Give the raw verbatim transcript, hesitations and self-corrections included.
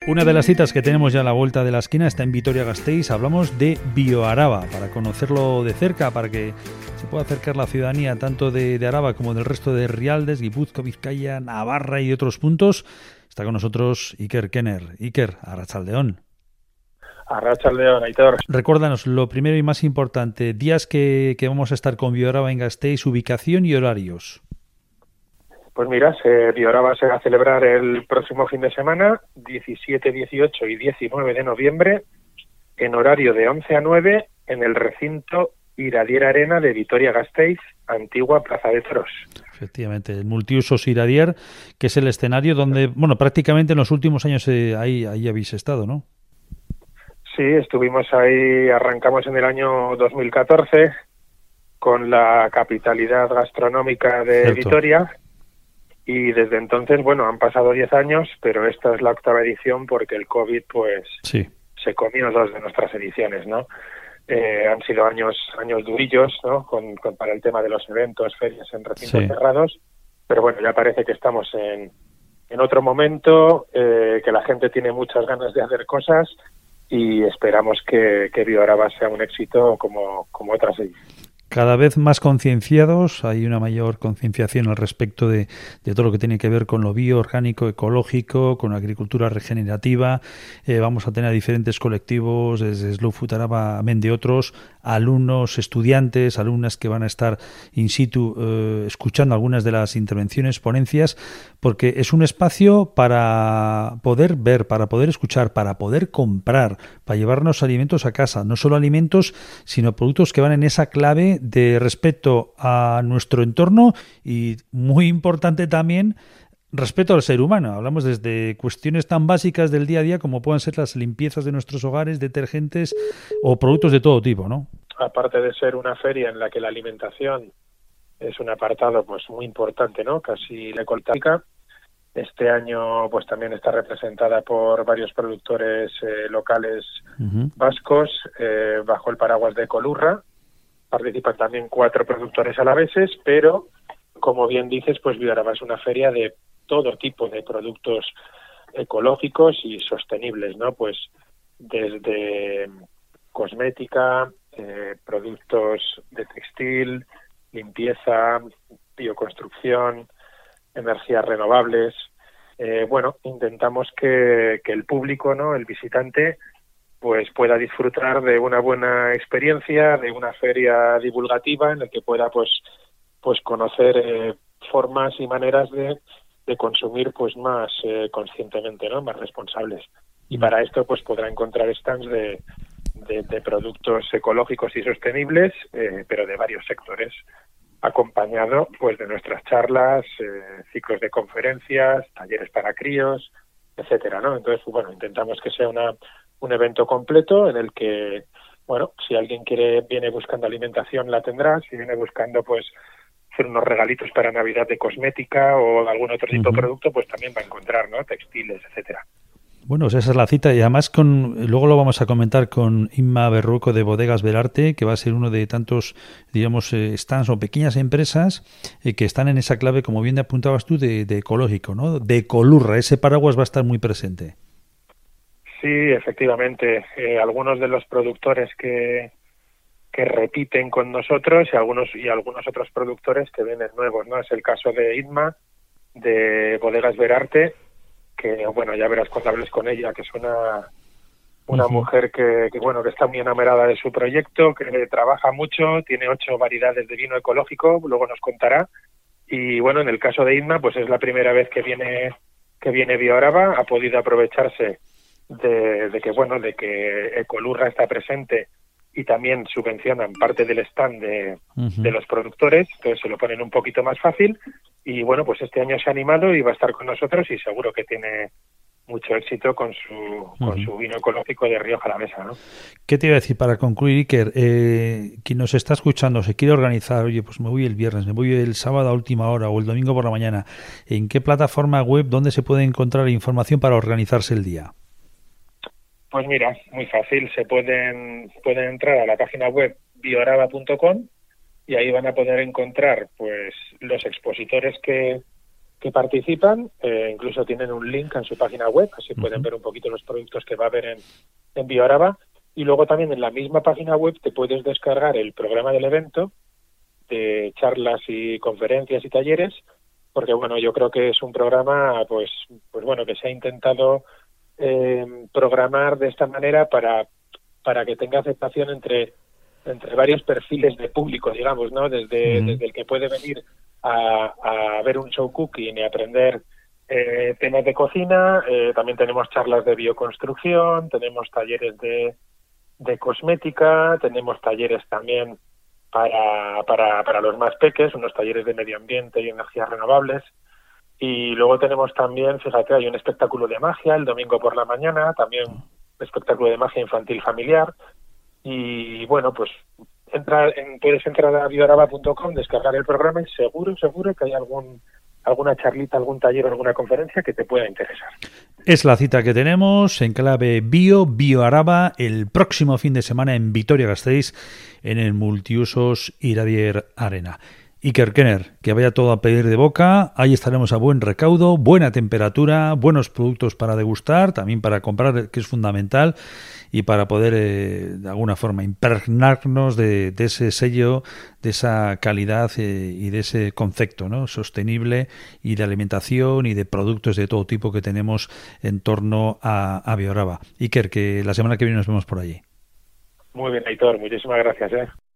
Una de las citas que tenemos ya a la vuelta de la esquina está en Vitoria-Gasteiz. Hablamos de Bioaraba, para conocerlo de cerca, para que se pueda acercar la ciudadanía tanto de, de Araba como del resto de Rialdes, Guipúzcoa, Vizcaya, Navarra y otros puntos. Está con nosotros Iker Kenner. Iker, arratsaldeon. Arratsaldeon, Aitor. Recuérdanos lo primero y más importante, días que, que vamos a estar con Bioaraba en Gasteiz, ubicación y horarios. Pues mira, se, Bioaraba se va a celebrar el próximo fin de semana, diecisiete, dieciocho y diecinueve de noviembre, en horario de once a nueve, en el recinto Iradier Arena de Vitoria-Gasteiz, antigua Plaza de Toros. Efectivamente, el multiusos Iradier, que es el escenario donde, bueno, prácticamente en los últimos años eh, ahí, ahí habéis estado, ¿no? Sí, estuvimos ahí, arrancamos en el año dos mil catorce con la capitalidad gastronómica de Cierto. Vitoria. Y desde entonces, bueno, han pasado diez años, pero esta es la octava edición porque el COVID, pues, sí. se comió dos de nuestras ediciones, ¿no? Eh, han sido años años durillos, ¿no? Con, con, para el tema de los eventos, ferias en recintos sí. cerrados, pero bueno, ya parece que estamos en, en otro momento, eh, que la gente tiene muchas ganas de hacer cosas y esperamos que, que Bioaraba sea un éxito como, como otras ediciones. Cada vez más concienciados, hay una mayor concienciación al respecto de, de todo lo que tiene que ver con lo bioorgánico, ecológico, con la agricultura regenerativa. Eh, vamos a tener diferentes colectivos, desde Slow Food Araba, amén de otros, alumnos, estudiantes, alumnas que van a estar in situ eh, escuchando algunas de las intervenciones, ponencias, porque es un espacio para poder ver, para poder escuchar, para poder comprar, para llevarnos alimentos a casa, no solo alimentos, sino productos que van en esa clave de respeto a nuestro entorno y, muy importante también, respeto al ser humano. Hablamos desde cuestiones tan básicas del día a día como puedan ser las limpiezas de nuestros hogares, detergentes o productos de todo tipo, ¿no? Aparte de ser una feria en la que la alimentación es un apartado pues muy importante, ¿no? Casi la ecológica. Este año pues también está representada por varios productores eh, locales uh-huh. vascos eh, bajo el paraguas de Ecolurra. Participan también cuatro productores alaveses, pero, como bien dices, pues Bioaraba es una feria de todo tipo de productos ecológicos y sostenibles, ¿no? Pues desde cosmética, eh, productos de textil, limpieza, bioconstrucción, energías renovables. Eh, bueno, intentamos que, que el público, ¿no? El visitante, pues pueda disfrutar de una buena experiencia, de una feria divulgativa en la que pueda pues pues conocer eh, formas y maneras de, de consumir pues más eh, conscientemente, ¿no? Más responsables. Y para esto pues podrá encontrar stands de, de, de productos ecológicos y sostenibles, eh, pero de varios sectores, acompañado pues de nuestras charlas, eh, ciclos de conferencias, talleres para críos, etcétera, ¿no? Entonces, bueno, intentamos que sea una un evento completo en el que, bueno, si alguien quiere viene buscando alimentación la tendrá, si viene buscando pues hacer unos regalitos para Navidad de cosmética o algún otro tipo uh-huh. de producto, pues también va a encontrar, ¿no? Textiles, etcétera. Bueno, esa es la cita y además con luego lo vamos a comentar con Inma Berrueco de Bodegas Berarte, que va a ser uno de tantos, digamos, eh, stands o pequeñas empresas eh, que están en esa clave, como bien apuntabas tú, de, de ecológico, ¿no? De Ecolurra, ese paraguas va a estar muy presente. Sí, efectivamente. Eh, algunos de los productores que, que repiten con nosotros y algunos y algunos otros productores que vienen nuevos, ¿no? Es el caso de Inma, de Bodegas Berarte, que, bueno, ya verás cuando hables con ella, que es una, una uh-huh. mujer que, que, bueno, que está muy enamorada de su proyecto, que trabaja mucho, tiene ocho variedades de vino ecológico, luego nos contará. Y, bueno, en el caso de Inma, pues es la primera vez que viene, que viene Bioaraba, ha podido aprovecharse De, de que bueno de que Ecolurra está presente y también subvencionan parte del stand de, uh-huh. de los productores, entonces se lo ponen un poquito más fácil y bueno, pues este año se ha animado y va a estar con nosotros y seguro que tiene mucho éxito con su uh-huh. con su vino ecológico de Rioja Alavesa, ¿no? ¿Qué te iba a decir para concluir, Iker? Eh, quien nos está escuchando se quiere organizar, oye, pues me voy el viernes, me voy el sábado a última hora o el domingo por la mañana. ¿En qué plataforma web, dónde se puede encontrar información para organizarse el día? Pues mira, muy fácil, se pueden pueden entrar a la página web bioaraba punto com y ahí van a poder encontrar pues los expositores que, que participan, eh, incluso tienen un link en su página web, así Uh-huh. pueden ver un poquito los productos que va a haber en, en Bioaraba, y luego también en la misma página web te puedes descargar el programa del evento de charlas y conferencias y talleres, porque bueno, yo creo que es un programa pues pues bueno que se ha intentado eh, programar de esta manera para para que tenga aceptación entre entre varios perfiles de público, digamos, ¿no? Desde, uh-huh. desde el que puede venir a, a ver un show cooking y aprender eh, temas de cocina, eh, también tenemos charlas de bioconstrucción, tenemos talleres de, de cosmética, tenemos talleres también para, para, para los más peques, unos talleres de medio ambiente y energías renovables. Y luego tenemos también, fíjate, hay un espectáculo de magia el domingo por la mañana, también un espectáculo de magia infantil familiar. Y bueno, pues entra en, puedes entrar a bioaraba punto com, descargar el programa y seguro, seguro que hay algún alguna charlita, algún taller o alguna conferencia que te pueda interesar. Es la cita que tenemos en clave Bio, Bioaraba, el próximo fin de semana en Vitoria-Gasteiz, en el Multiusos Iradier Arena. Iker Kenner, que vaya todo a pedir de boca, ahí estaremos a buen recaudo, buena temperatura, buenos productos para degustar, también para comprar, que es fundamental, y para poder eh, de alguna forma impregnarnos de, de ese sello, de esa calidad eh, y de ese concepto, ¿no?, sostenible, y de alimentación y de productos de todo tipo que tenemos en torno a, a Bioaraba. Iker, que la semana que viene nos vemos por allí. Muy bien, Aitor, muchísimas gracias, ¿eh?